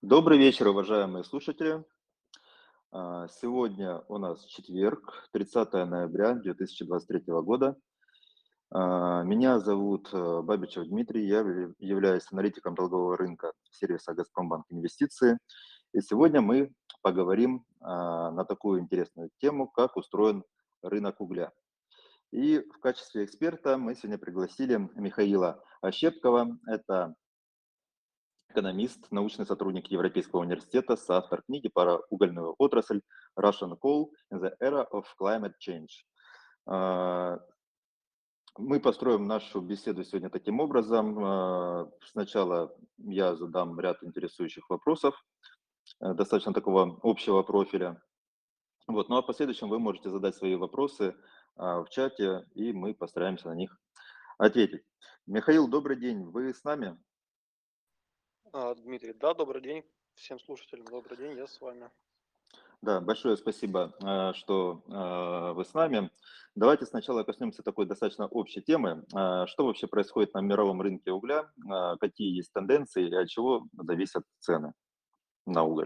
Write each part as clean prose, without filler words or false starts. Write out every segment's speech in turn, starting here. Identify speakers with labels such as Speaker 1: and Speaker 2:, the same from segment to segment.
Speaker 1: Добрый вечер, уважаемые слушатели. Сегодня у нас четверг, 30 ноября 2023 года. Меня зовут Бабичев Дмитрий, я являюсь аналитиком долгового рынка сервиса «Газпромбанк Инвестиции». И сегодня мы поговорим на такую интересную тему, как устроен рынок угля. И в качестве эксперта мы сегодня пригласили Михаила Ощепкова. Это экономист, научный сотрудник Европейского университета, соавтор книги про угольную отрасль Russian Coal in the Era of Climate Change. А, Мы построим нашу беседу сегодня таким образом. Сначала я задам ряд интересующих вопросов, достаточно такого общего профиля. Вот. Ну а в последующем вы можете задать свои вопросы в чате, и мы постараемся на них ответить. Михаил, добрый день, вы с нами?
Speaker 2: Дмитрий, да, добрый день всем слушателям, добрый день, я с вами.
Speaker 1: Да, большое спасибо, что вы с нами. Давайте сначала коснемся такой достаточно общей темы. Что вообще происходит на мировом рынке угля? Какие есть тенденции и от чего зависят цены на уголь?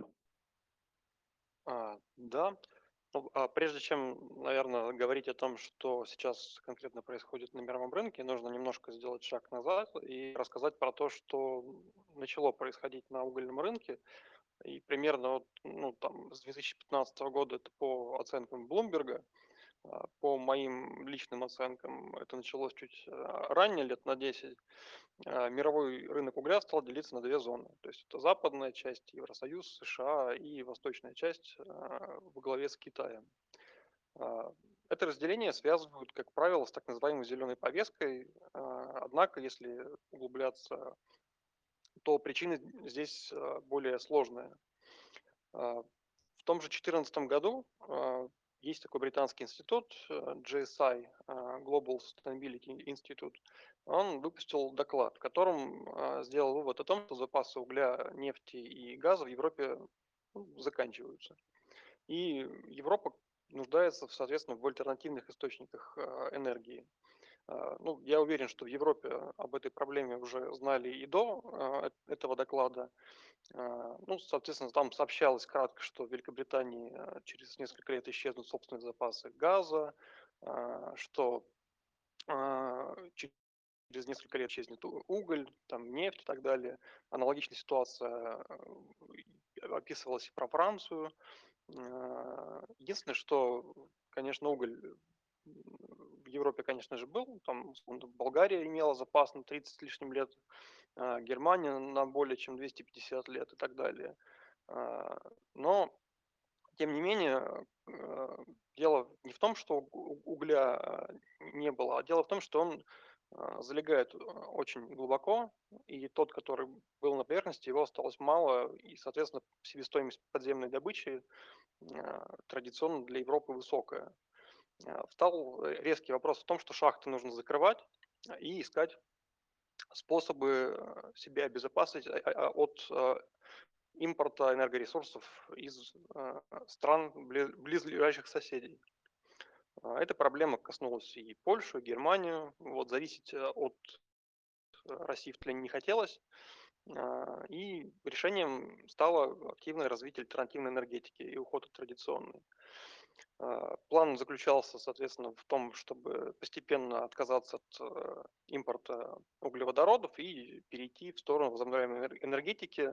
Speaker 2: Да, ну, прежде чем, наверное, говорить о том, что сейчас конкретно происходит на мировом рынке, нужно немножко сделать шаг назад и рассказать про то, что начало происходить на угольном рынке. И примерно вот, ну, там, с 2015 года, это по оценкам Блумберга. По моим личным оценкам, это началось чуть ранее, лет на 10. Мировой рынок угля стал делиться на две зоны. То есть это западная часть, Евросоюз, США и восточная часть во главе с Китаем. А, Это разделение связывают, как правило, с так называемой зеленой повесткой. Однако, если углубляться, то причины здесь более сложные. В том же 2014 году есть такой британский институт GSI, Global Sustainability Institute. Он выпустил доклад, в котором сделал вывод о том, что запасы угля, нефти и газа в Европе заканчиваются. И Европа нуждается, соответственно, в альтернативных источниках энергии. Ну, я уверен, что в Европе об этой проблеме уже знали и до этого доклада. Ну, соответственно, там сообщалось кратко, что в Великобритании через несколько лет исчезнут собственные запасы газа, что через несколько лет исчезнет уголь, там, нефть и так далее. Аналогичная ситуация описывалась и про Францию. Единственное, что, конечно, уголь в Европе, конечно же, был. Там, условно, Болгария имела запас на 30 с лишним лет, Германия на более чем 250 лет и так далее. Но, тем не менее, дело не в том, что угля не было, а дело в том, что он залегает очень глубоко, и тот, который был на поверхности, его осталось мало, и, соответственно, себестоимость подземной добычи традиционно для Европы высокая. Встал резкий вопрос в том, что шахты нужно закрывать и искать способы себя обезопасить от импорта энергоресурсов из стран близлежащих соседей. Эта проблема коснулась и Польшу, и Германию. Вот зависеть от России в тле не хотелось. И решением стало активное развитие альтернативной энергетики и уход от традиционной. План заключался, соответственно, в том, чтобы постепенно отказаться от импорта углеводородов и перейти в сторону возобновляемой энергетики.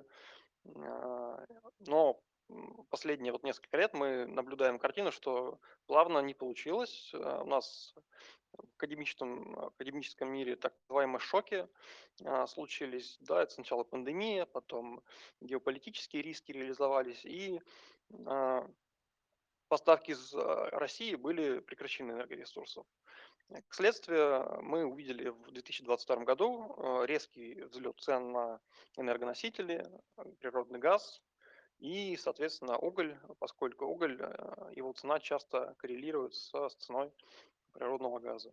Speaker 2: А, Но последние вот несколько лет мы наблюдаем картину, что плавно не получилось. У нас в академическом мире так называемые шоки случились. Да, это сначала пандемия, потом геополитические риски реализовались, и а, поставки из России были прекращены энергоресурсов. Как следствие, мы увидели в 2022 году резкий взлет цен на энергоносители, природный газ и, соответственно, уголь, поскольку уголь, его цена часто коррелирует с ценой природного газа.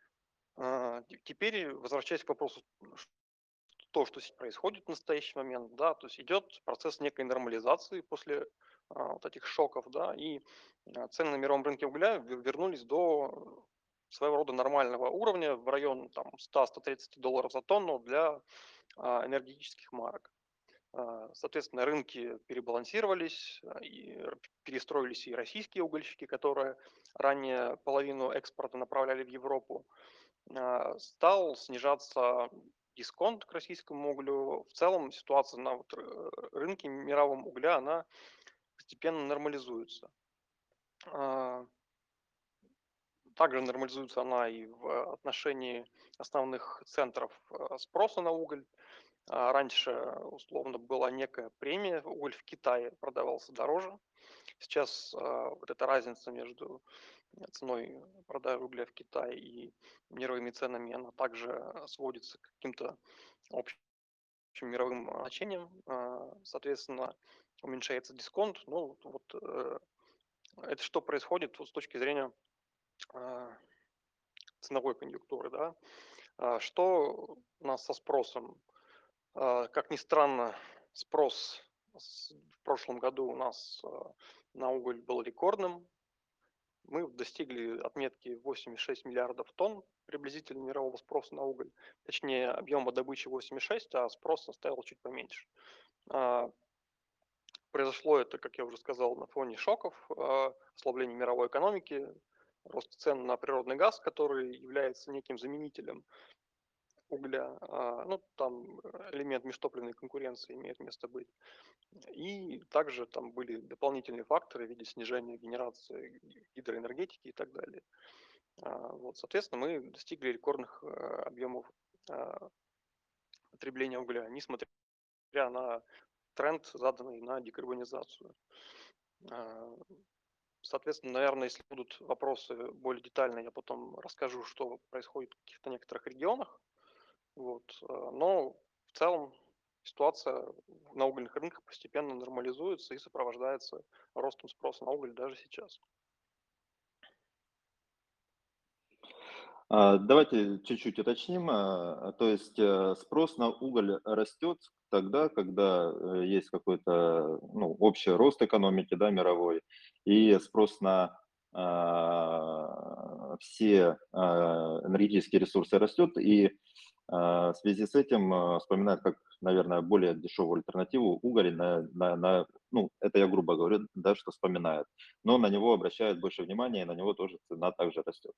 Speaker 2: Теперь, возвращаясь к вопросу, то, что происходит в настоящий момент, да, то есть идет процесс некой нормализации после вот этих шоков, да, и цены на мировом рынке угля вернулись до своего рода нормального уровня в район там 100-130 долларов за тонну для энергетических марок. Соответственно, рынки перебалансировались, и перестроились и российские угольщики, которые ранее половину экспорта направляли в Европу. Стал снижаться дисконт к российскому углю. В целом ситуация на вот рынке мировом угля, она постепенно нормализуется. А, Также нормализуется она и в отношении основных центров спроса на уголь. Раньше, условно, была некая премия, уголь в Китае продавался дороже. Сейчас вот эта разница между ценой продажи угля в Китае и мировыми ценами, она также сводится к каким-то общим мировым значениям. Соответственно, уменьшается дисконт. Ну, вот это что происходит вот с точки зрения а, ценовой конъюнктуры, да? Что у нас со спросом? Как ни странно, спрос в прошлом году у нас на уголь был рекордным. Мы достигли отметки 8,6 миллиардов тонн приблизительно мирового спроса на уголь. Точнее, объема добычи 8,6, а спрос составил чуть поменьше. А, Произошло это, как я уже сказал, на фоне шоков, ослабления мировой экономики, роста цен на природный газ, который является неким заменителем угля. Ну, там элемент межтопливной конкуренции имеет место быть. И также там были дополнительные факторы в виде снижения генерации гидроэнергетики и так далее. Вот, соответственно, мы достигли рекордных объемов потребления угля, несмотря на тренд, заданный на декарбонизацию. А, Соответственно, наверное, если будут вопросы более детальные, я потом расскажу, что происходит в каких-то некоторых регионах. Вот. Но в целом ситуация на угольных рынках постепенно нормализуется и сопровождается ростом спроса на уголь даже сейчас.
Speaker 1: Давайте чуть-чуть уточним. То есть спрос на уголь растет тогда, когда есть какой-то ну, общий рост экономики, да, мировой, и спрос на все энергетические ресурсы растет, и в связи с этим вспоминают как, наверное, более дешевую альтернативу уголь ну, это я грубо говорю, да, что вспоминают, но на него обращают больше внимания, и на него тоже цена также растет.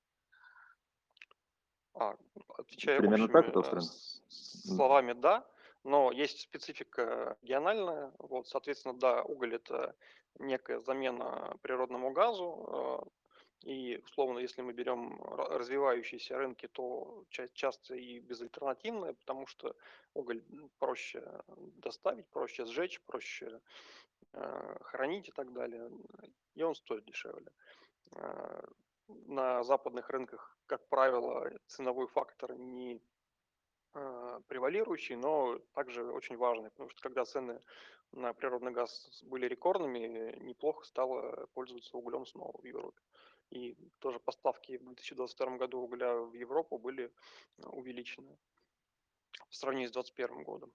Speaker 2: А, Отвечая
Speaker 1: Примерно
Speaker 2: общими
Speaker 1: так это устроено?
Speaker 2: словами, да, но есть специфика региональная. Вот, соответственно, да, уголь это некая замена природному газу. И условно, если мы берем развивающиеся рынки, то часто и безальтернативные, потому что уголь проще доставить, проще сжечь, проще хранить и так далее, и он стоит дешевле. Э, На западных рынках, как правило, ценовой фактор не превалирующий, но также очень важный, потому что когда цены на природный газ были рекордными, неплохо стало пользоваться углем снова в Европе. И тоже поставки в 2022 году угля в Европу были увеличены в сравнении с 2021 годом.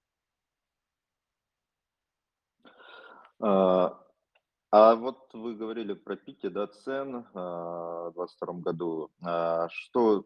Speaker 1: А, а вот вы говорили про пики, да, цен в 22 году. Что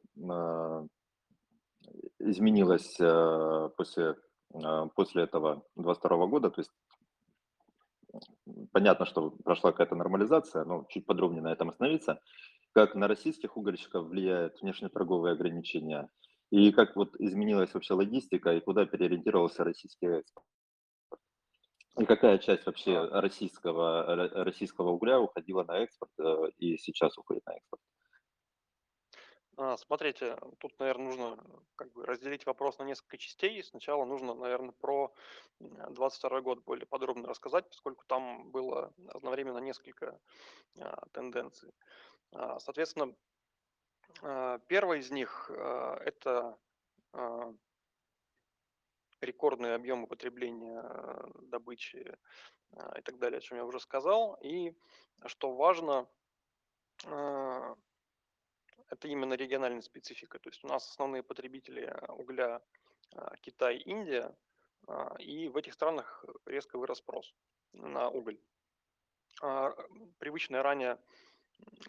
Speaker 1: изменилось после этого 22 года? То есть понятно, что прошла какая-то нормализация, но чуть подробнее на этом остановиться. Как на российских угольщиков влияют внешнеторговые ограничения? И как вот изменилась вообще логистика, и куда переориентировался российский экспорт? И какая часть вообще
Speaker 2: А,
Speaker 1: российского угля уходила на экспорт, и сейчас уходит на экспорт?
Speaker 2: Смотрите, тут, наверное, нужно как бы разделить вопрос на несколько частей. Сначала нужно, наверное, про 22 год более подробно рассказать, поскольку там было одновременно несколько тенденций. Соответственно, первая из них это а, рекордные объемы потребления, добычи и так далее, о чем я уже сказал. И что важно, а, это именно региональная специфика. То есть у нас основные потребители угля Китай, Индия, и в этих странах резко вырос спрос на уголь. Привычная ранее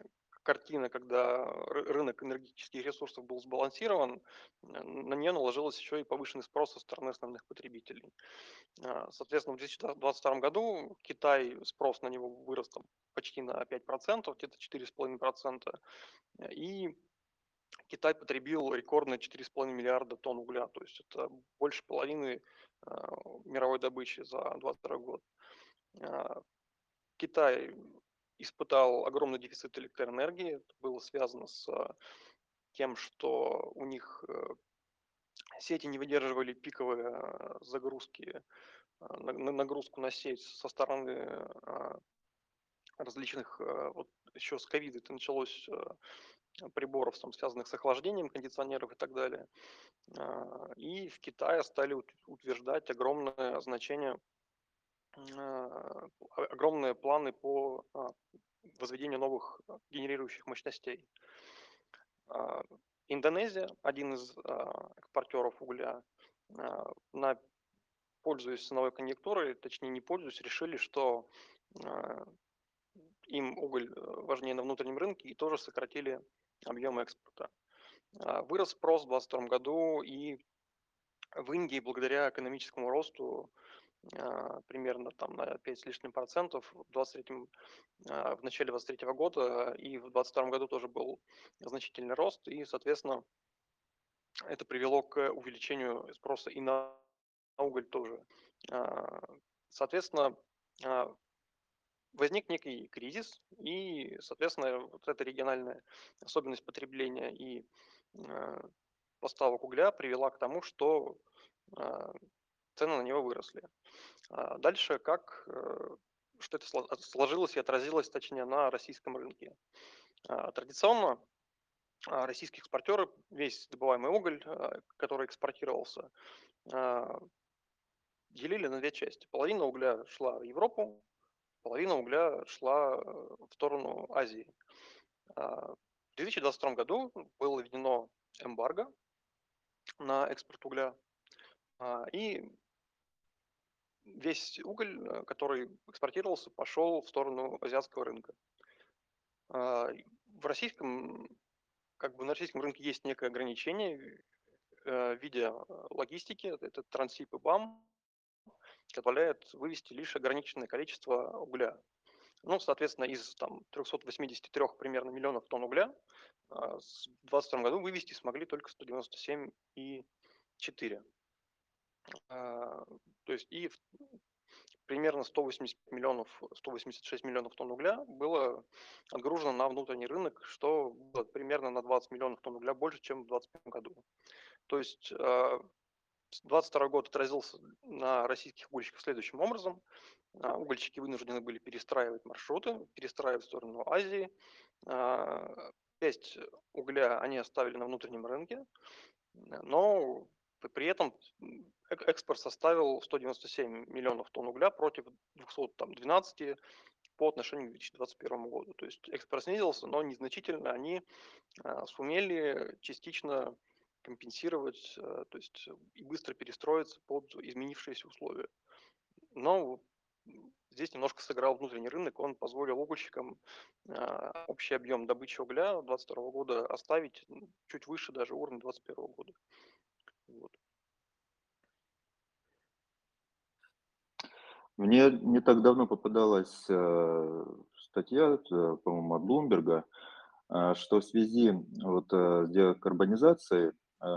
Speaker 2: картина, когда рынок энергетических ресурсов был сбалансирован, на нее наложилось еще и повышенный спрос со стороны основных потребителей. Соответственно, в 2022 году Китай, спрос на него вырос там почти на 5%, где-то 4,5%, и Китай потребил рекордные 4,5 миллиарда тонн угля, то есть это больше половины мировой добычи за 2022 год. А, Китай испытал огромный дефицит электроэнергии. Это было связано с тем, что у них сети не выдерживали пиковые загрузки, нагрузку на сеть со стороны различных, вот еще с ковида это началось, приборов, там, связанных с охлаждением кондиционеров и так далее. И в Китае стали утверждать огромное значение, огромные планы по возведению новых генерирующих мощностей. А, Индонезия, один из экспортеров угля, на пользуясь ценовой конъюнктурой, точнее не пользуясь, решили, что а, им уголь важнее на внутреннем рынке и тоже сократили объемы экспорта. Вырос спрос в 2022 году и в Индии благодаря экономическому росту примерно там на 5 с лишним процентов в начале 2023 года и в 2022 году тоже был значительный рост, и, соответственно, это привело к увеличению спроса и на уголь тоже. А, Соответственно, а, возник некий кризис, и, соответственно, вот эта региональная особенность потребления и а, поставок угля привела к тому, что а, цены на него выросли. Дальше что это сложилось и отразилось, точнее, на российском рынке. Традиционно российские экспортеры весь добываемый уголь, который экспортировался, а, делили на две части. Половина угля шла в Европу, половина угля шла в сторону Азии. В 2022 году было введено эмбарго на экспорт угля, и весь уголь, который экспортировался, пошел в сторону азиатского рынка. В российском, как бы на российском рынке есть некое ограничение в виде логистики, это Трансип и БАМ, позволяет вывести лишь ограниченное количество угля. Ну, соответственно, из там 383 примерно миллионов тонн угля в 2022 году вывести смогли только 197,4. То есть примерно 186 миллионов тонн угля было отгружено на внутренний рынок, что было примерно на 20 миллионов тонн угля больше, чем в 2021 году. То есть 2022 год отразился на российских угольщиках следующим образом. Угольщики вынуждены были перестраивать маршруты, перестраивать в сторону Азии. Часть угля они оставили на внутреннем рынке, но при этом экспорт составил 197 миллионов тонн угля против 212 по отношению к 2021 году. То есть экспорт снизился, но незначительно. Они сумели частично компенсировать, то есть и быстро перестроиться под изменившиеся условия. Но здесь немножко сыграл внутренний рынок, он позволил угольщикам общий объем добычи угля 2022 года оставить чуть выше даже уровня 2021 года. Вот.
Speaker 1: Мне не так давно попадалась статья, по-моему, от Блумберга, что в связи вот с декарбонизацией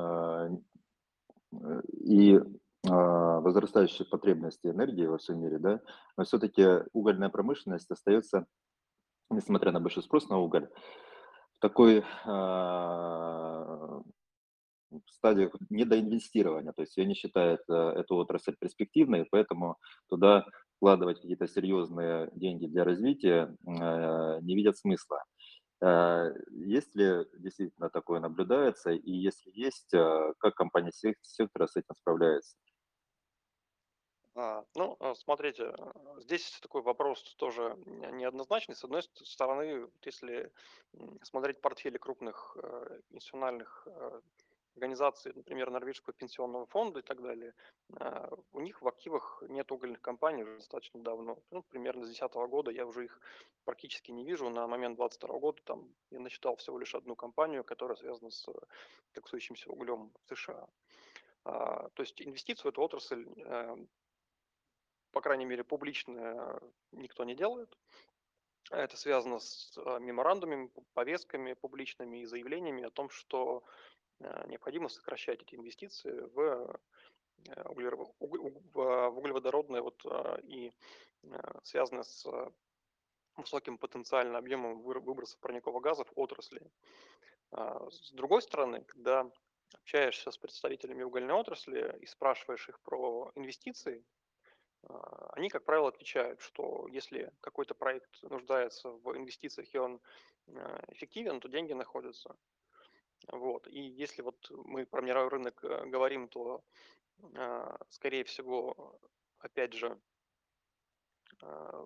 Speaker 1: и возрастающей потребности энергии во всем мире, да, но все-таки угольная промышленность остается, несмотря на большой спрос на уголь, в такой стадиях недоинвестирования, то есть я не считаю эту отрасль перспективной, поэтому туда вкладывать какие-то серьезные деньги для развития не видят смысла. Есть ли действительно такое наблюдается, и если есть, как компания сектора с этим справляется?
Speaker 2: Смотрите, здесь такой вопрос тоже неоднозначный. С одной стороны, вот если смотреть портфели крупных институциональных организации, например, Норвежского пенсионного фонда и так далее, у них в активах нет угольных компаний уже достаточно давно. Ну, примерно с 2010 года я уже их практически не вижу. На момент 2022 года там я насчитал всего лишь одну компанию, которая связана с коксующимся углем в США. То есть инвестиции в эту отрасль, по крайней мере, публично никто не делает. Это связано с меморандумами, повестками публичными и заявлениями о том, что необходимо сокращать эти инвестиции в в углеводородные и связанные с высоким потенциальным объемом выброса парниковых газов отрасли. С другой стороны, когда общаешься с представителями угольной отрасли и спрашиваешь их про инвестиции, они, как правило, отвечают, что если какой-то проект нуждается в инвестициях и он эффективен, то деньги находятся. Вот. И если вот мы про мировой рынок говорим, то, скорее всего, опять же, а,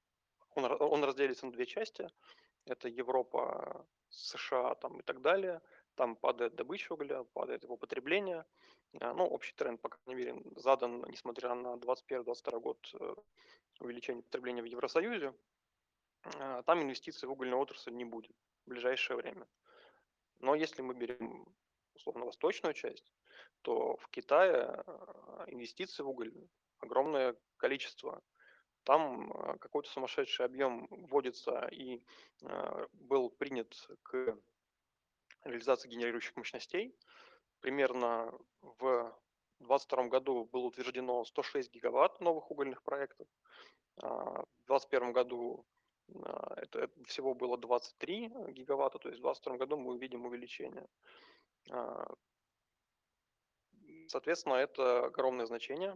Speaker 2: он разделится на две части. Это Европа, США там, и так далее. Там падает добыча угля, падает его потребление. Ну, общий тренд, по крайней мере, задан, несмотря на 2021-2022 год, увеличение потребления в Евросоюзе. Там инвестиций в угольную отрасль не будет в ближайшее время. Но если мы берем условно восточную часть, то в Китае инвестиций в уголь огромное количество. Там какой-то сумасшедший объем вводится и был принят к реализации генерирующих мощностей. Примерно в 2022 году было утверждено 106 гигаватт новых угольных проектов. В 2021 году это всего было 23 гигаватта, то есть в 2022 году мы увидим увеличение. А, Соответственно, это огромное значение,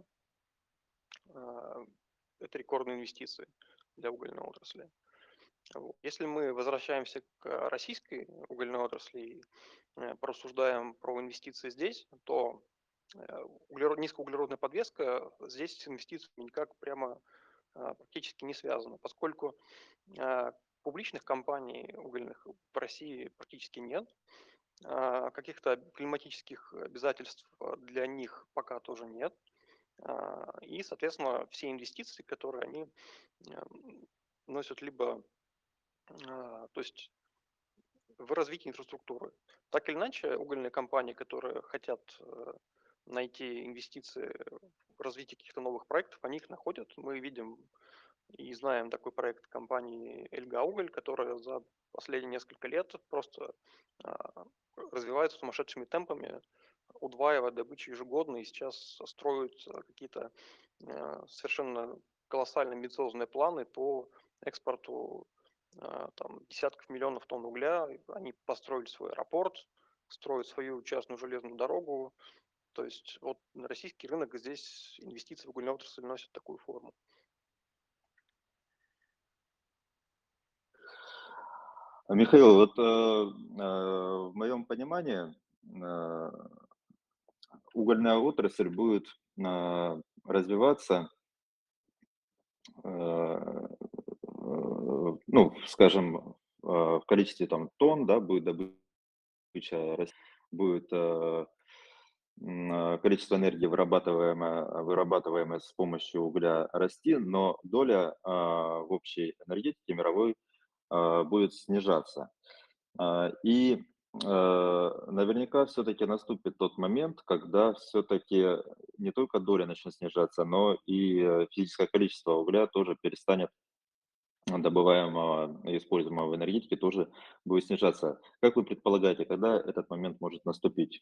Speaker 2: а, это рекордные инвестиции для угольной отрасли. Вот. Если мы возвращаемся к российской угольной отрасли и порассуждаем про инвестиции здесь, то низкоуглеродная подвеска здесь с инвестициями никак прямо практически не связана, поскольку публичных компаний угольных в России практически нет, каких-то климатических обязательств для них пока тоже нет, и, соответственно, все инвестиции, которые они носят либо, то есть в развитии инфраструктуры. Так или иначе, угольные компании, которые хотят найти инвестиции в развитие каких-то новых проектов, они их находят. Мы видим и знаем такой проект компании «Эльга Уголь», которая за последние несколько лет просто а, развивается сумасшедшими темпами, удваивая добычу ежегодно, и сейчас строят какие-то совершенно колоссальные амбициозные планы по экспорту там, десятков миллионов тонн угля. Они построили свой аэропорт, строят свою частную железную дорогу. То есть вот на российский рынок здесь инвестиции в угольную отрасль носят такую форму.
Speaker 1: Михаил, вот в моем понимании э, угольная отрасль будет развиваться, э, ну, скажем, в количестве там тонн, да, будет добыча, будет количество энергии, вырабатываемое с помощью угля, расти, но доля в общей энергетике мировой будет снижаться. И наверняка все-таки наступит тот момент, когда все-таки не только доля начнет снижаться, но и физическое количество угля тоже перестанет добываемого и используемого в энергетике тоже будет снижаться. Как вы предполагаете, когда этот момент может наступить?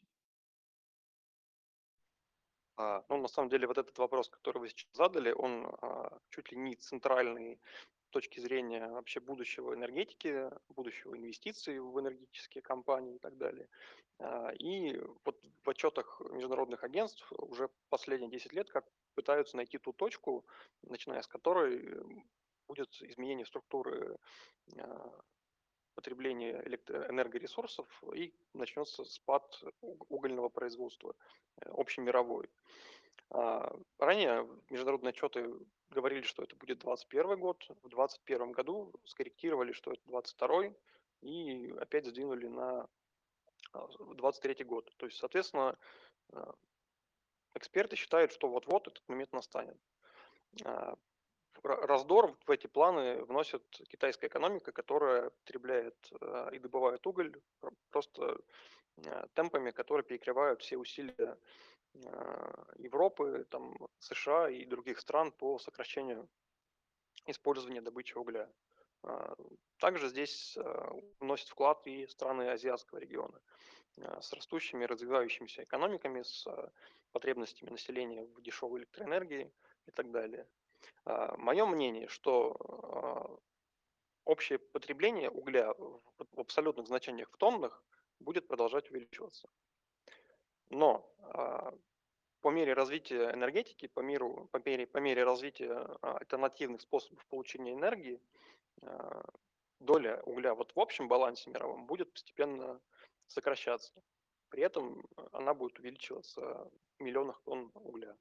Speaker 2: Ну, на самом деле, вот этот вопрос, который вы сейчас задали, он чуть ли не центральный с точки зрения вообще будущего энергетики, будущего инвестиций в энергетические компании и так далее. И вот в отчетах международных агентств уже последние 10 лет как пытаются найти ту точку, начиная с которой будет изменение структуры а, потребления энергоресурсов и начнется спад угольного производства общемировой. Ранее международные отчеты говорили, что это будет 2021 год. В 2021 году скорректировали, что это 2022, и опять сдвинули на 23 год. То есть, соответственно, а, эксперты считают, что вот-вот этот момент настанет. А, Раздор в эти планы вносит китайская экономика, которая потребляет и добывает уголь просто темпами, которые перекрывают все усилия Европы, там, США и других стран по сокращению использования добычи угля. А, Также здесь вносит вклад и страны азиатского региона с растущими, развивающимися экономиками, с потребностями населения в дешевой электроэнергии и так далее. Мое мнение, что общее потребление угля в абсолютных значениях в тоннах будет продолжать увеличиваться. Но по мере развития энергетики, по мере развития альтернативных способов получения энергии, а, доля угля вот в общем балансе мировом будет постепенно сокращаться. При этом она будет увеличиваться в миллионах тонн угля.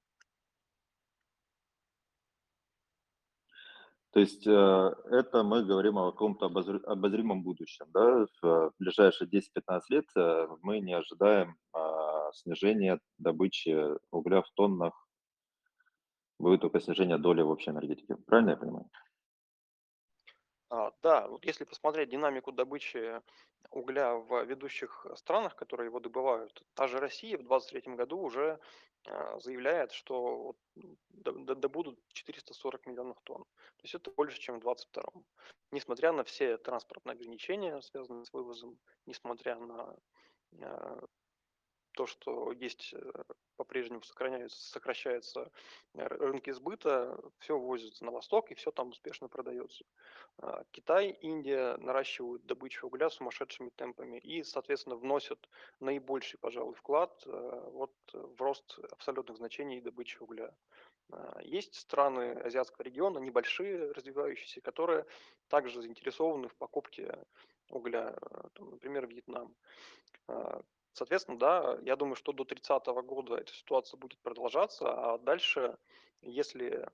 Speaker 1: То есть это мы говорим о каком-то обозримом будущем, да? В ближайшие 10-15 лет мы не ожидаем снижения добычи угля в тоннах, будет только снижение доли в общей энергетике. Правильно я понимаю?
Speaker 2: Да, вот если посмотреть динамику добычи угля в ведущих странах, которые его добывают, та же Россия в 2023 году уже заявляет, что вот, добудут 440 миллионов тонн. То есть это больше, чем в 2022. Несмотря на все транспортные ограничения, связанные с вывозом, несмотря на э, то, что есть по-прежнему сокращаются рынки сбыта, все возится на восток и все там успешно продается. Китай, Индия наращивают добычу угля сумасшедшими темпами и, соответственно, вносят наибольший, пожалуй, вклад вот в рост абсолютных значений добычи угля. Есть страны азиатского региона, небольшие, развивающиеся, которые также заинтересованы в покупке угля, там, например, Вьетнам. А, Соответственно, да, я думаю, что до 30-го года эта ситуация будет продолжаться, а дальше, если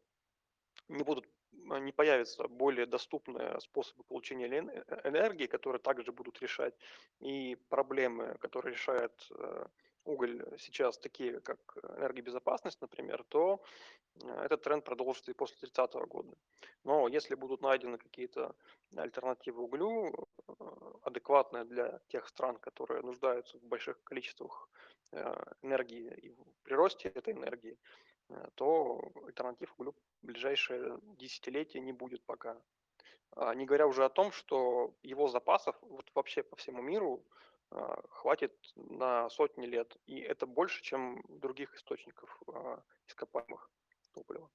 Speaker 2: не появятся более доступные способы получения энергии, которые также будут решать и проблемы, которые решает уголь сейчас, такие как энергобезопасность, например, то этот тренд продолжится и после 30-го года. Но если будут найдены какие-то альтернативы углю, адекватные для тех стран, которые нуждаются в больших количествах энергии и в приросте этой энергии, то альтернатив углю в ближайшее десятилетие не будет пока. Не говоря уже о том, что его запасов вот вообще по всему миру хватит на сотни лет, и это больше, чем других источников ископаемых топлива.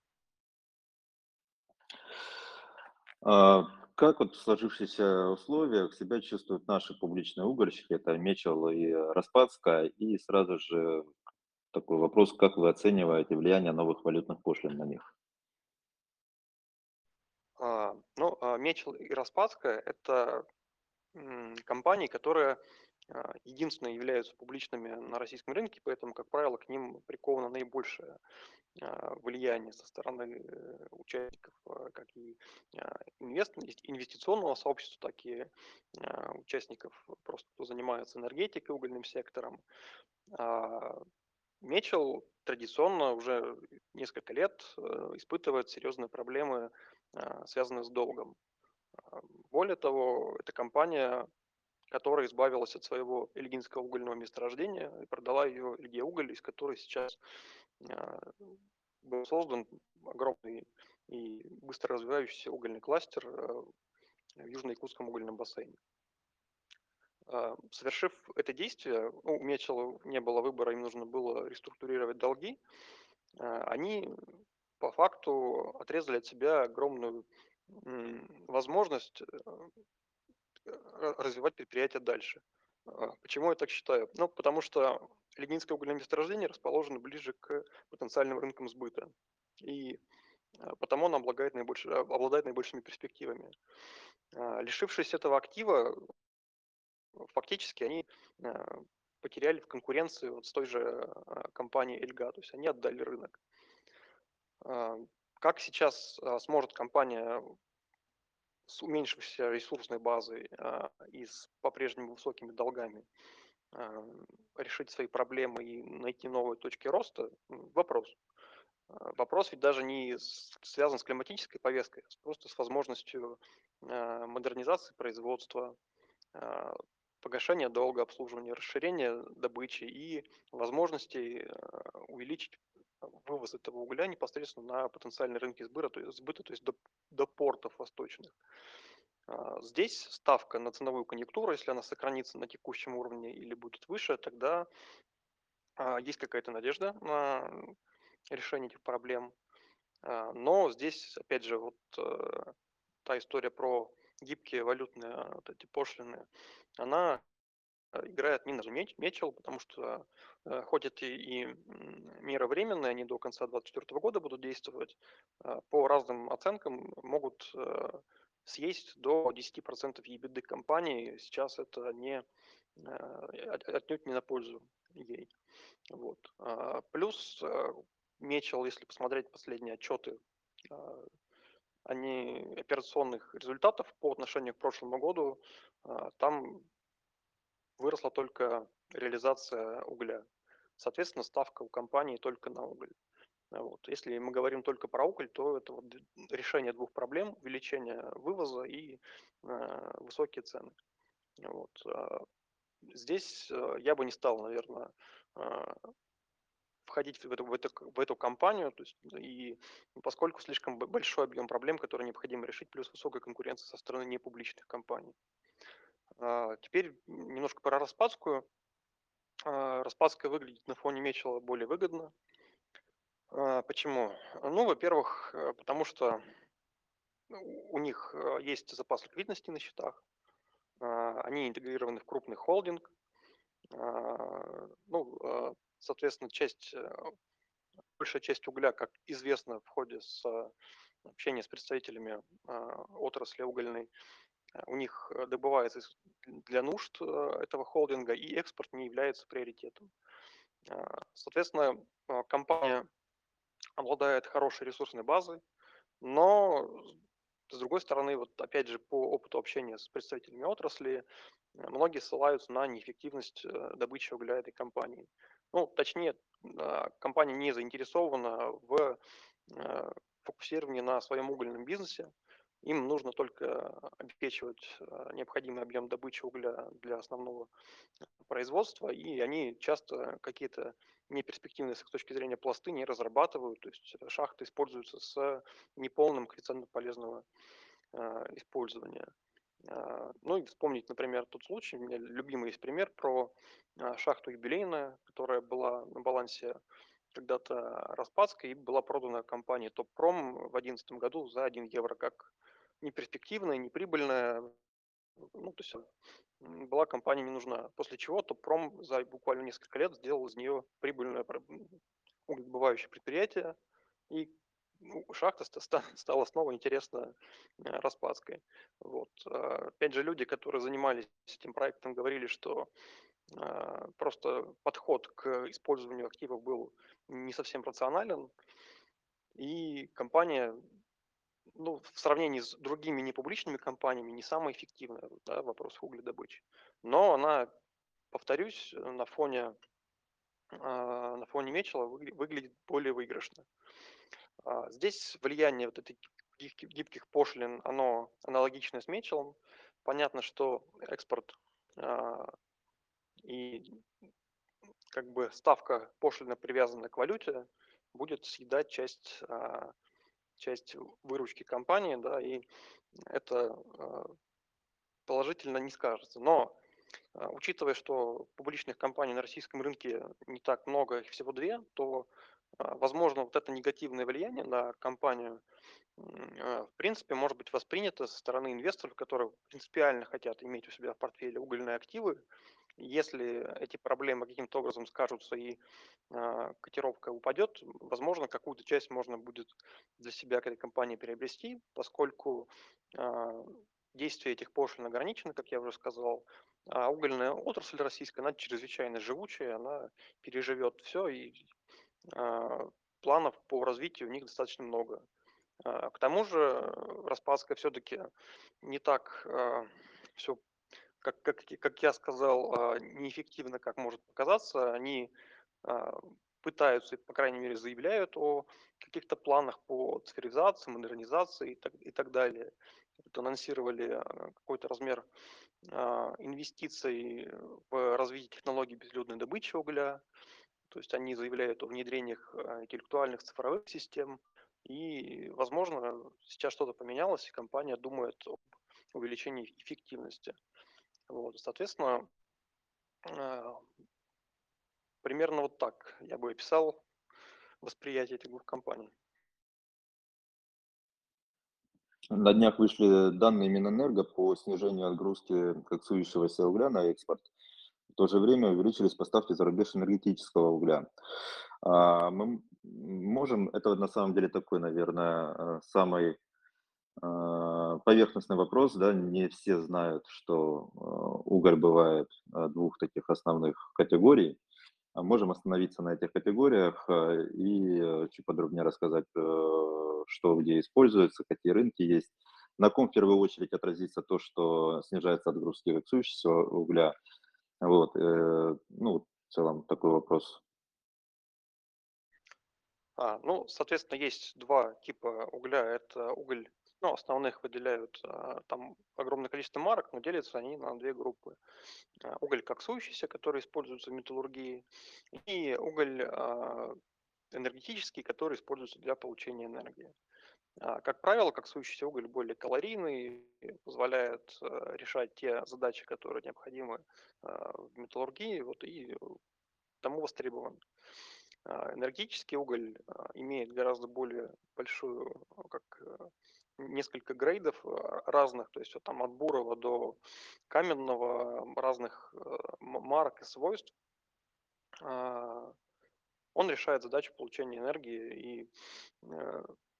Speaker 1: Как вот в сложившихся условиях себя чувствуют наши публичные угольщики, это Мечел и Распадская, и сразу же такой вопрос, как вы оцениваете влияние новых валютных пошлин на них?
Speaker 2: Мечел и Распадская — это компании, которые единственные являются публичными на российском рынке, поэтому, как правило, к ним приковано наибольшее влияние со стороны участников, как и инвестиционного сообщества, так и участников, просто кто занимается энергетикой, угольным сектором. А, Мечел традиционно уже несколько лет испытывает серьезные проблемы, связанные с долгом. А, Более того, это компания, которая избавилась от своего эльгинского угольного месторождения и продала ее Эльге уголь, из которой сейчас а, был создан огромный и быстро развивающийся угольный кластер в Южно-Якутском угольном бассейне. Совершив это действие, у Мечела не было выбора, им нужно было реструктурировать долги, они по факту отрезали от себя огромную возможность развивать предприятие дальше. Почему я так считаю? Ну, потому что Легинское угольное месторождение расположено ближе к потенциальным рынкам сбыта. И потому оно обладает наибольшими перспективами. Лишившись этого актива, фактически они потеряли в конкуренции вот с той же компанией Эльга, то есть они отдали рынок. А, Как сейчас сможет компания с уменьшившейся ресурсной базой и с по-прежнему высокими долгами решить свои проблемы и найти новые точки роста, вопрос. Вопрос ведь даже не связан с климатической повесткой, а просто с возможностью модернизации производства, а, погашения долга, обслуживания, расширения добычи и возможности увеличить вывоз этого угля непосредственно на потенциальные рынки сбыта, то есть до портов восточных. Здесь ставка на ценовую конъюнктуру, если она сохранится на текущем уровне или будет выше, тогда есть какая-то надежда на решение этих проблем. Но здесь, опять же, вот та история про гибкие валютные вот эти пошлины, она играет минус мечел, потому что хоть это меры временные, они до конца 2024 года будут действовать, по разным оценкам могут съесть до 10% ебиды компании. Сейчас это отнюдь не на пользу ей. Вот. Плюс Мечел, если посмотреть последние отчеты а, они операционных результатов по отношению к прошлому году, там выросла только реализация угля. Соответственно, ставка у компании только на уголь. Вот. Если мы говорим только про уголь, то это вот решение двух проблем: увеличение вывоза и высокие цены. Вот. Здесь я бы не стал, наверное, входить в эту компанию, то есть, и поскольку слишком большой объем проблем, которые необходимо решить, плюс высокая конкуренция со стороны непубличных компаний. Теперь немножко про Распадскую. Распадская выглядит на фоне Мечела более выгодно. Почему? Ну, во-первых, потому что у них есть запас ликвидности на счетах, они интегрированы в крупный холдинг, ну, соответственно, большая часть угля, как известно в ходе общения с представителями отрасли угольной, у них добывается для нужд этого холдинга, и экспорт не является приоритетом. Соответственно, компания обладает хорошей ресурсной базой, но с другой стороны, вот опять же, по опыту общения с представителями отрасли, многие ссылаются на неэффективность добычи угля этой компании. Ну, точнее, компания не заинтересована в э, фокусировании на своем угольном бизнесе. Им нужно только обеспечивать необходимый объем добычи угля для основного производства, и они часто какие-то неперспективные с их точки зрения пласты не разрабатывают, то есть шахты используются с неполным коэффициентом полезного использования. Ну и вспомнить, например, тот случай, у меня любимый есть пример про шахту юбилейная, которая была на балансе когда-то Распадской и была продана компании Топпром в 2011 году за 1 евро как неперспективная, неприбыльная, ну, то есть была компания не нужна. После чего Топпром за буквально несколько лет сделал из нее прибыльное угледобывающее предприятие, и шахта стала снова интересна Распадской. Вот. Опять же, люди, которые занимались этим проектом, говорили, что просто подход к использованию активов был не совсем рационален, и компания, ну, в сравнении с другими непубличными компаниями, не самая эффективная, да, в вопросах угледобычи. Но она, повторюсь, на фоне Мечела выглядит более выигрышно. Здесь влияние вот этих гибких пошлин, оно аналогичное с Мечелом. Понятно, что экспорт и как бы ставка пошлины, привязанная к валюте, будет съедать часть выручки компании, да, и это положительно не скажется. Но учитывая, что публичных компаний на российском рынке не так много, их всего две, то, возможно, вот это негативное влияние на компанию, в принципе, может быть воспринято со стороны инвесторов, которые принципиально хотят иметь у себя в портфеле угольные активы. Если эти проблемы каким-то образом скажутся и котировка упадет, возможно, какую-то часть можно будет для себя к этой компании приобрести, поскольку а, действие этих пошлин ограничено, как я уже сказал, а угольная отрасль российская, она чрезвычайно живучая, она переживет все, и а, планов по развитию у них достаточно много. К тому же Распадская все-таки не так все как я сказал, неэффективно, как может показаться. Они а, пытаются, по крайней мере, заявляют о каких-то планах по цифровизации, модернизации и так далее. Вот анонсировали какой-то размер инвестиций в развитие технологий безлюдной добычи угля. То есть они заявляют о внедрениях интеллектуальных цифровых систем. И, возможно, сейчас что-то поменялось, и компания думает об увеличении эффективности. Вот, соответственно, а, примерно вот так я бы описал восприятие этих двух компаний.
Speaker 1: На днях вышли данные Минэнерго по снижению отгрузки коксующегося угля на экспорт. В то же время увеличились поставки за рубеж энергетического угля. Мы можем, это вот на самом деле такой, наверное, самый поверхностный вопрос, да, не все знают, что уголь бывает двух таких основных категорий. Можем остановиться на этих категориях и чуть подробнее рассказать, что где используется, какие рынки есть. На ком в первую очередь отразится то, что снижается отгрузки коксующегося угля. Вот, ну, в целом такой вопрос.
Speaker 2: Ну, соответственно, есть два типа угля. Это уголь, ну, основных выделяют, там огромное количество марок, но делятся они на две группы. Уголь коксующийся, который используется в металлургии, и уголь энергетический, который используется для получения энергии. Как правило, коксующийся уголь более калорийный, и позволяет решать те задачи, которые необходимы в металлургии, вот, и тому востребован. Энергетический уголь имеет гораздо более большую, несколько грейдов разных, то есть вот там от бурого до каменного, разных марок и свойств. А, Он решает задачу получения энергии и э,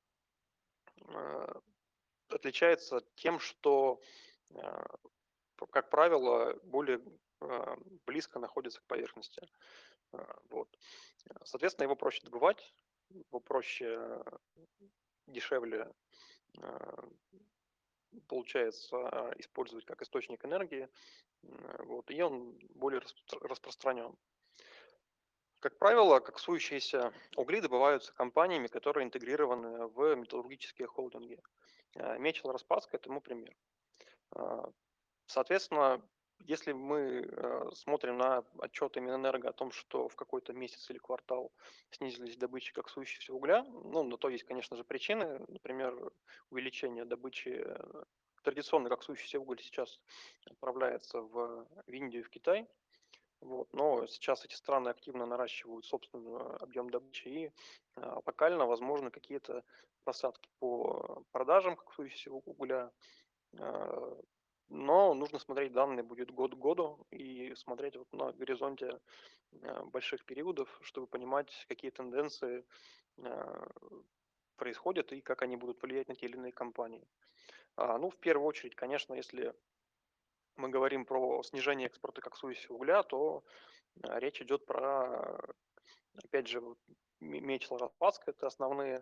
Speaker 2: э, отличается тем, что, э, как правило, более близко находится к поверхности. Вот. Соответственно, его проще добывать, его проще, дешевле э, получается использовать как источник энергии, вот, и он более распространен. Как правило, коксующиеся угли добываются компаниями, которые интегрированы в металлургические холдинги. Мечел Распадская тому пример. А, Соответственно, если мы смотрим на отчеты Минэнерго о том, что в какой-то месяц или квартал снизились добычи коксующегося угля, ну, на то есть, конечно же, причины. Например, увеличение добычи традиционный коксующийся уголь сейчас отправляется в Индию и в Китай. Вот. Но сейчас эти страны активно наращивают собственный объем добычи, и локально возможны какие-то просадки по продажам коксующегося угля. Э, Но нужно смотреть данные будет год к году и смотреть вот на горизонте больших периодов, чтобы понимать, какие тенденции э, происходят и как они будут влиять на те или иные компании. Ну, в первую очередь, конечно, если мы говорим про снижение экспорта коксующегося угля, то речь идет про, опять же, вот Мечел, Распадская, это основные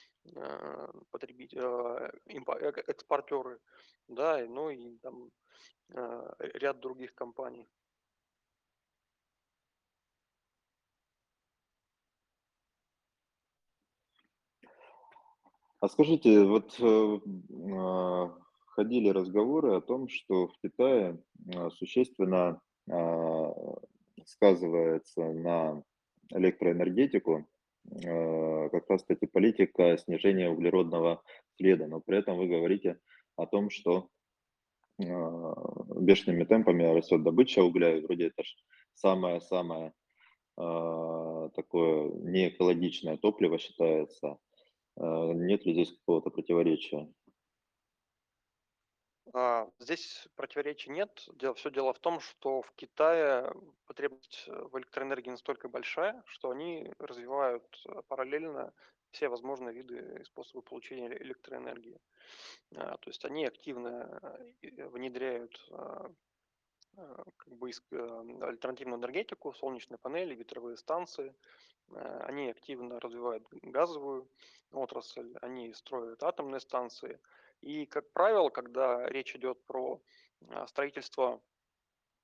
Speaker 2: экспортеры, да, ну и там ряд других компаний.
Speaker 1: А скажите, вот ходили разговоры о том, что в Китае существенно а, сказывается на электроэнергетику как раз-таки политика снижения углеродного следа, но при этом вы говорите о том, что бешеными темпами растет добыча угля, и вроде это ж самое-самое такое неэкологичное топливо считается. Нет ли здесь какого-то противоречия?
Speaker 2: Здесь противоречий нет. Все дело в том, что в Китае потребность в электроэнергии настолько большая, что они развивают параллельно все возможные виды и способы получения электроэнергии. То есть они активно внедряют как бы альтернативную энергетику, солнечные панели, ветровые станции. Они активно развивают газовую отрасль, они строят атомные станции. И, как правило, когда речь идет про строительство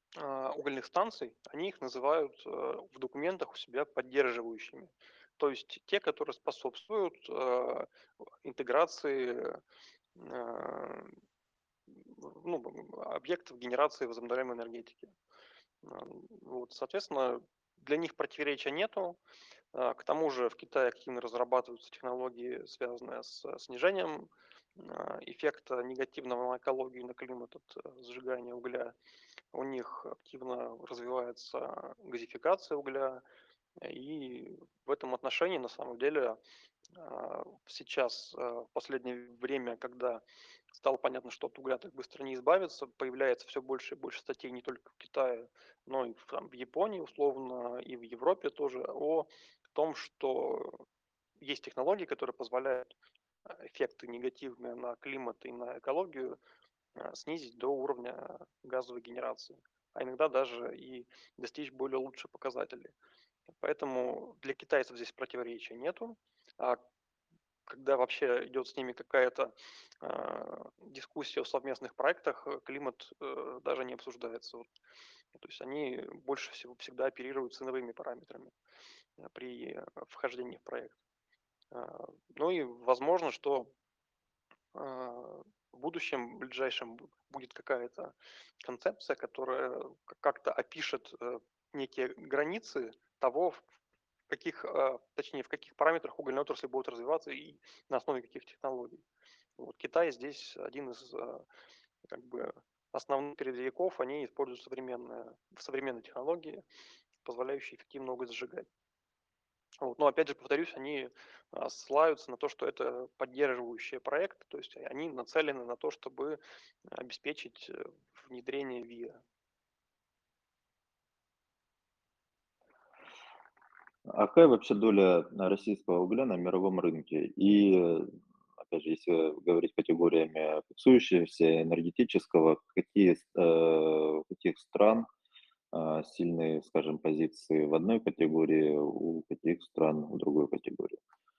Speaker 2: угольных станций, они их называют в документах у себя поддерживающими. То есть те, которые способствуют интеграции э, ну, объектов генерации возобновляемой энергетики. Вот, соответственно, для них противоречия нету. К тому же в Китае активно разрабатываются технологии, связанные с снижением эффекта негативного на экологию и на климат от сжигания угля. У них активно развивается газификация угля, и в этом отношении, на самом деле, сейчас, в последнее время, когда стало понятно, что от угля так быстро не избавиться, появляется все больше и больше статей не только в Китае, но и в Японии, условно, и в Европе тоже, о том, что есть технологии, которые позволяют эффекты негативные на климат и на экологию снизить до уровня газовой генерации, а иногда даже и достичь более лучших показателей. Поэтому для китайцев здесь противоречия нету. А когда вообще идет с ними какая-то дискуссия о совместных проектах, климат даже не обсуждается. Вот. То есть они больше всего всегда оперируют ценовыми параметрами при вхождении в проект. Ну и возможно, что в будущем ближайшем будет какая-то концепция, которая как-то опишет некие границы того, в каких, точнее, в каких параметрах угольная отрасль будет развиваться и на основе каких технологий. Вот Китай здесь один из как бы основных передовиков, они используют современные технологии, позволяющие эффективно уголь сжигать. Вот. Но опять же, повторюсь, они ссылаются на то, что это поддерживающие проекты, то есть они нацелены на то, чтобы обеспечить внедрение ВИА.
Speaker 1: А какая вообще доля российского угля на мировом рынке? И, опять же, если говорить категориями фиксующегося, энергетического, у каких стран сильные, скажем, позиции в одной категории, у каких стран в другой категории?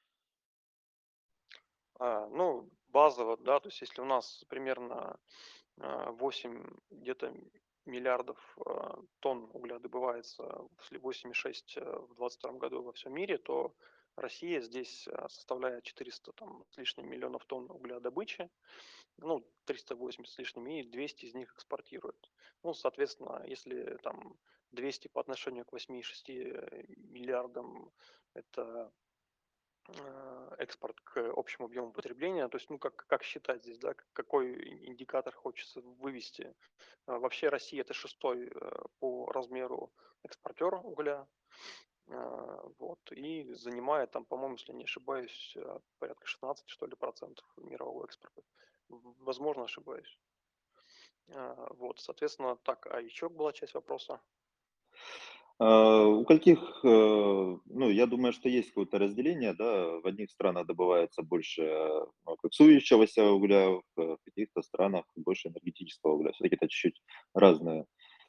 Speaker 2: Ну, базово, да, то есть если у нас примерно 8 где-то миллиардов тонн угля добывается, 8,6 в 2022 году во всем мире, то Россия здесь составляет 400 там, с лишним миллионов тонн угля добычи, ну, 380 с лишним, и 200 из них экспортирует. Ну, соответственно, если там 200 по отношению к 8,6 миллиардам, это экспорт к общему объему потребления, то есть, ну, как считать здесь, да, какой индикатор хочется вывести. Вообще Россия это шестой по размеру экспортер угля, вот, и занимает там, по-моему, если не ошибаюсь, порядка 16, что ли, процентов мирового экспорта. Возможно, ошибаюсь. Вот, соответственно, так, а еще была часть вопроса.
Speaker 1: У каких, ну, я думаю, что есть какое-то разделение, да, в одних странах добывается больше коксующегося угля, в каких-то странах больше энергетического угля. Все-таки это чуть-чуть разные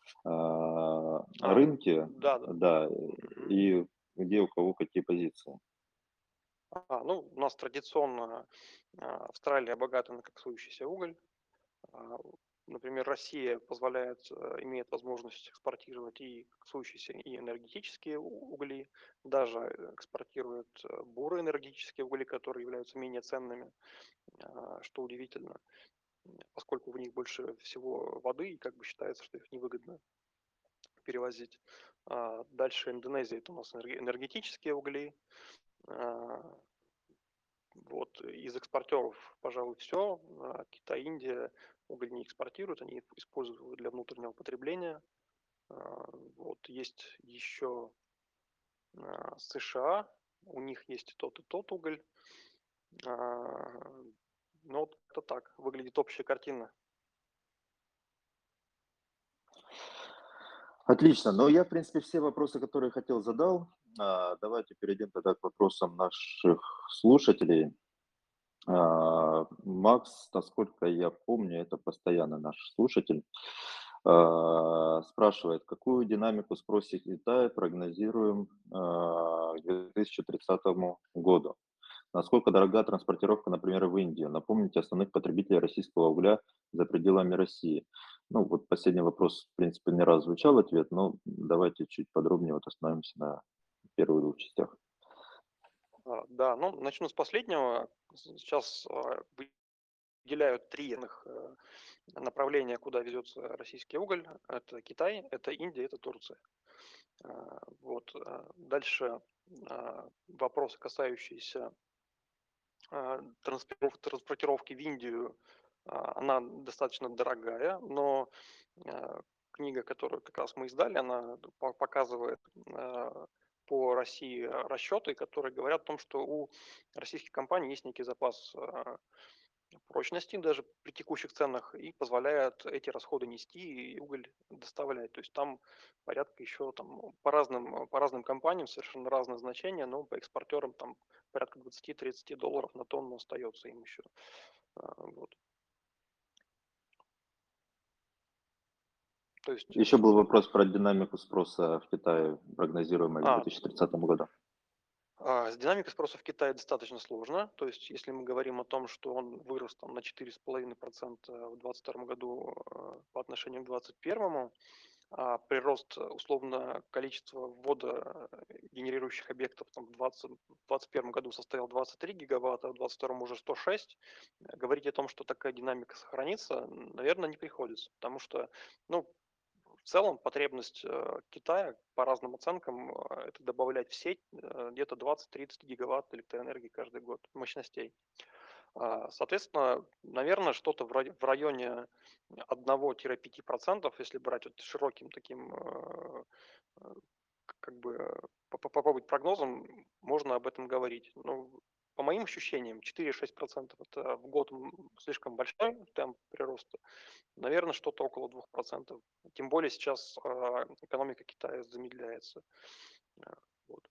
Speaker 2: А,
Speaker 1: рынки,
Speaker 2: да, да.
Speaker 1: да,
Speaker 2: Мгм.
Speaker 1: и где у кого какие позиции.
Speaker 2: Ну, у нас традиционно Австралия богата на коксующийся уголь. А, Например, Россия имеет возможность экспортировать и коксующиеся, и энергетические угли, даже экспортирует бурые энергетические угли, которые являются менее ценными, что удивительно, поскольку в них больше всего воды, и как бы считается, что их невыгодно перевозить. Дальше Индонезия – это у нас энергетические угли. А, Вот из экспортеров, пожалуй, все. Китай, Индия уголь не экспортируют, они используют его для внутреннего потребления. Вот есть еще США, у них есть и тот уголь. А, Ну, вот как-то так выглядит общая картина.
Speaker 1: Отлично. Но я, в принципе, все вопросы, которые хотел, задал. Давайте перейдем тогда к вопросам наших слушателей. Макс, насколько я помню, это постоянно наш слушатель, спрашивает, какую динамику спроса Китая прогнозируем к 2030 году? Насколько дорога транспортировка, например, в Индию? Напомните основных потребителей российского угля за пределами России. Ну, вот последний вопрос, в принципе, не раз звучал ответ, но давайте чуть подробнее вот остановимся на первых двух частях.
Speaker 2: Да, ну, начну с последнего. Сейчас выделяют три направления, куда везется российский уголь. Это Китай, это Индия, это Турция. Вот. Дальше вопросы, касающиеся транспортировки в Индию, она достаточно дорогая, но книга, которую как раз мы издали, она показывает по России расчеты, которые говорят о том, что у российских компаний есть некий запас прочности даже при текущих ценах и позволяет эти расходы нести и уголь доставлять. То есть там порядка еще там по разным компаниям совершенно разные значения, но по экспортерам там порядка 20-30 долларов на тонну остается им еще. Вот. То есть,
Speaker 1: Еще был вопрос про динамику спроса в Китае, прогнозируемой к
Speaker 2: а,
Speaker 1: 2030 году.
Speaker 2: С динамикой спроса в Китае достаточно сложно. То есть, если мы говорим о том, что он вырос там, на 4,5% в 2022 году по отношению к 2021, а прирост условно количества ввода генерирующих объектов там, в 2021 году составил 23 гигаватта, а в 2022 уже 106. Говорить о том, что такая динамика сохранится, наверное, не приходится, потому что, ну, в целом потребность Китая по разным оценкам это добавлять в сеть где-то 20-30 гигаватт электроэнергии каждый год мощностей. Соответственно, наверное, что-то в районе 1-5%, если брать вот широким таким, э, как бы попробовать прогнозом, можно об этом говорить. Ну, по моим ощущениям, 4-6% это в год слишком большой темп прироста. Наверное, что-то около 2%. Тем более сейчас экономика Китая замедляется. А, Вот.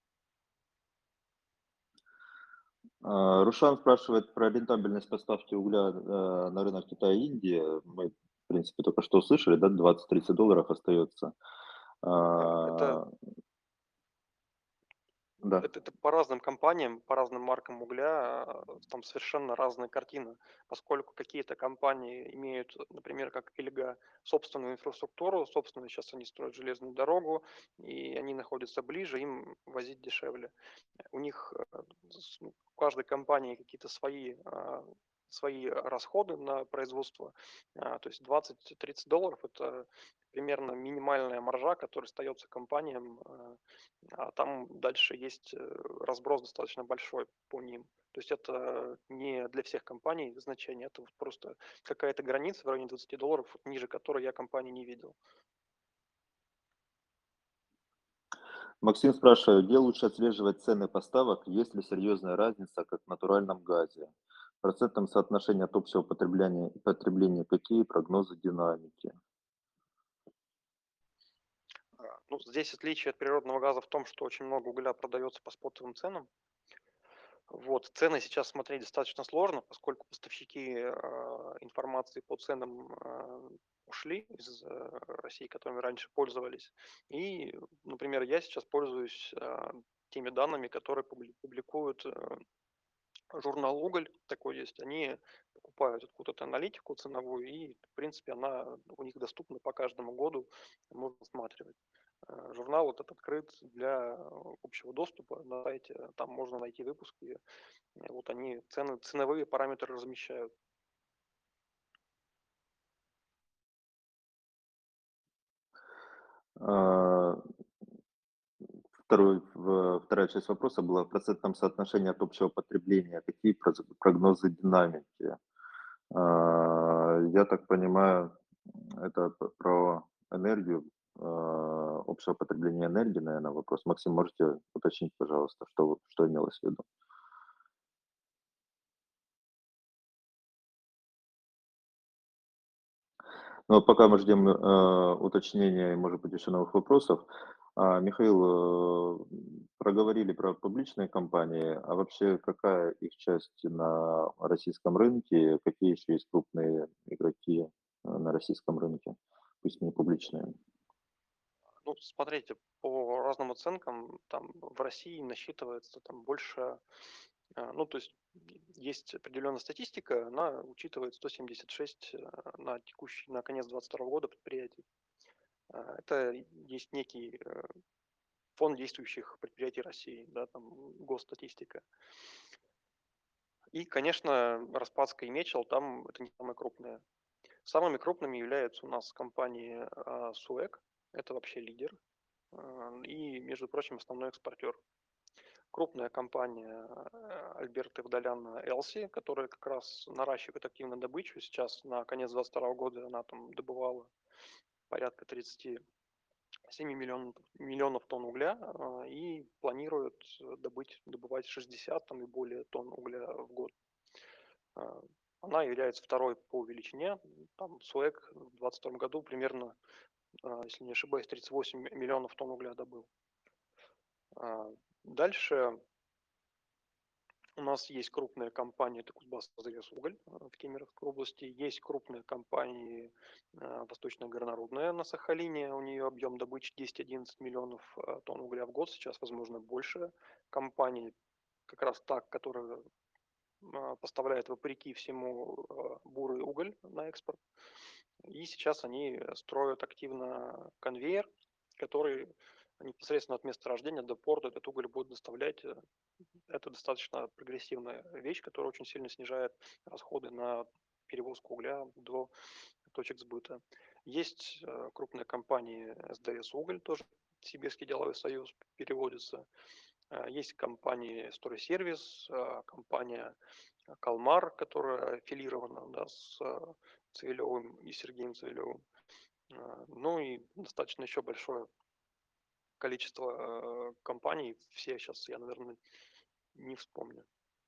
Speaker 1: Рушан спрашивает про рентабельность поставки угля на рынок Китая и Индии. Мы, в принципе, только что услышали, да, 20-30 долларов остается.
Speaker 2: Это
Speaker 1: А, Да.
Speaker 2: Это по разным компаниям, по разным маркам угля, там совершенно разная картина, поскольку какие-то компании имеют, например, как Эльга, собственную инфраструктуру, собственно, сейчас они строят железную дорогу, и они находятся ближе, им возить дешевле. У них, у каждой компании какие-то свои расходы на производство, то есть 20-30 долларов – это примерно минимальная маржа, которая остается компаниям, а там дальше есть разброс достаточно большой по ним. То есть это не для всех компаний значение, это вот просто какая-то граница в районе 20 долларов, ниже которой я компании не видел.
Speaker 1: Максим спрашивает, где лучше отслеживать цены поставок, есть ли серьезная разница, как в натуральном газе? В процентном соотношении от общего потребления какие прогнозы динамики?
Speaker 2: Ну, здесь отличие от природного газа в том, что очень много угля продается по спотовым ценам. Вот. Цены сейчас смотреть достаточно сложно, поскольку поставщики информации по ценам ушли из России, которыми раньше пользовались. И, например, я сейчас пользуюсь теми данными, которые публикуют журнал «Уголь», такой есть. Они покупают откуда-то аналитику ценовую, и, в принципе, она у них доступна по каждому году, можно осматривать. Журнал этот открыт для общего доступа на сайте, там можно найти выпуски, вот они ценовые параметры размещают.
Speaker 1: А, Вторая часть вопроса была в процентном соотношении от общего потребления. Какие прогнозы динамики? Я так понимаю, это про энергию, общего потребления энергии, наверное, вопрос. Максим, можете уточнить, пожалуйста, что имелось в виду? Ну, вот пока мы ждем уточнения и, может быть, еще новых вопросов, Михаил, проговорили про публичные компании, а вообще какая их часть на российском рынке, какие еще есть крупные игроки на российском рынке, пусть не публичные?
Speaker 2: Ну, смотрите, по разным оценкам, там в России насчитывается там больше, ну, то есть есть определенная статистика, она учитывает 176 на конец 2022 года предприятий. Это есть некий фонд действующих предприятий России, да, там госстатистика. И, конечно, Распадское и Мечел там это не самое крупное. Самыми крупными являются у нас компании СУЭК, это вообще лидер, и, между прочим, основной экспортер. Крупная компания Альберт Ивдалян Элси, которая как раз наращивает активно добычу. Сейчас на конец 2022 года она там добывала порядка 37 миллионов тонн угля и планирует добывать 60 там, и более тонн угля в год. Она является второй по величине. Там СУЭК в 2022 году примерно, если не ошибаюсь, 38 миллионов тонн угля добыл. Дальше у нас есть крупные компании, это Кузбасск-Уголь в Кемеровской области, есть крупные компании Восточная Горнорудная на Сахалине, у нее объем добычи 10-11 миллионов тонн угля в год, сейчас, возможно, больше. Компании как раз так, которая поставляет вопреки всему бурый уголь на экспорт. И сейчас они строят активно конвейер, который непосредственно от места рождения до порта этот уголь будет доставлять. Это достаточно прогрессивная вещь, которая очень сильно снижает расходы на перевозку угля до точек сбыта. Есть крупные компании СДС Уголь, тоже Сибирский деловой союз переводится. Есть компании Стройсервис, компания Калмар, которая аффилирована, да, с Цивилевым и Сергеем Цивилевым. Ну и достаточно еще большое количество компаний. Все сейчас я, наверное, не вспомню.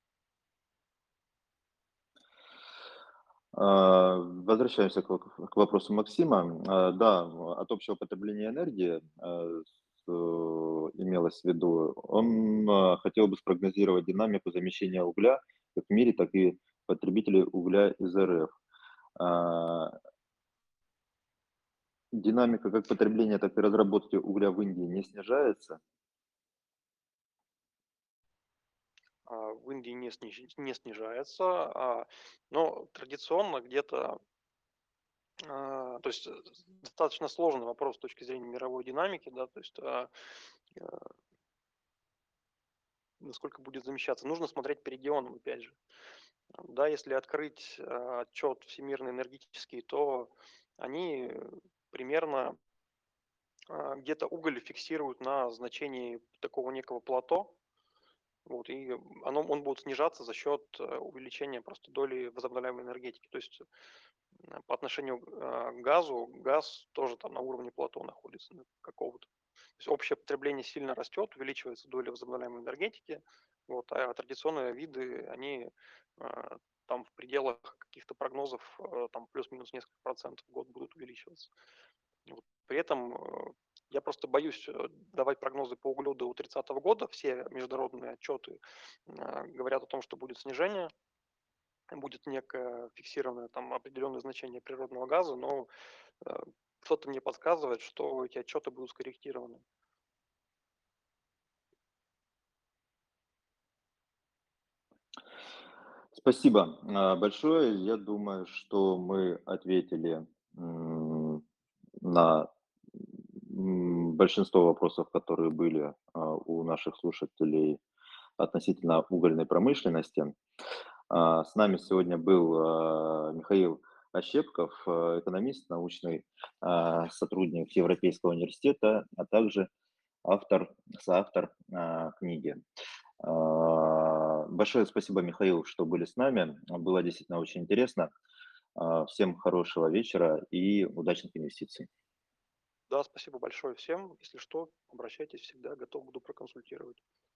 Speaker 1: Возвращаемся к вопросу Максима. Да, от общего потребления энергии имелось в виду. Он хотел бы спрогнозировать динамику замещения угля как в мире, так и потребителей угля из РФ. А, Динамика как потребления, так и разработки угля в Индии не снижается.
Speaker 2: В Индии не снижается, но традиционно где-то, то есть достаточно сложный вопрос с точки зрения мировой динамики, да, то есть насколько будет замещаться. Нужно смотреть по регионам, опять же. Да, если открыть отчет Всемирный энергетический, то они примерно где-то уголь фиксируют на значении такого некого плато, вот, и он будет снижаться за счет увеличения просто доли возобновляемой энергетики. То есть по отношению к газу, газ тоже там на уровне плато находится какого-то. То есть общее потребление сильно растет, увеличивается доля возобновляемой энергетики, вот, а традиционные виды, они там в пределах каких-то прогнозов там плюс-минус несколько процентов в год будут увеличиваться. Вот. При этом я просто боюсь давать прогнозы по углю до 30 года. Все международные отчеты говорят о том, что будет снижение, будет некое фиксированное там определенное значение природного газа, но э, что-то мне подсказывает, что эти отчеты будут скорректированы.
Speaker 1: Спасибо большое. Я думаю, что мы ответили на большинство вопросов, которые были у наших слушателей относительно угольной промышленности. С нами сегодня был Михаил Ощепков, экономист, научный сотрудник Европейского университета, а также соавтор книги. Большое спасибо, Михаил, что были с нами. Было действительно очень интересно. Всем хорошего вечера и удачных инвестиций.
Speaker 2: Да, спасибо большое всем. Если что, обращайтесь, всегда готов буду проконсультировать.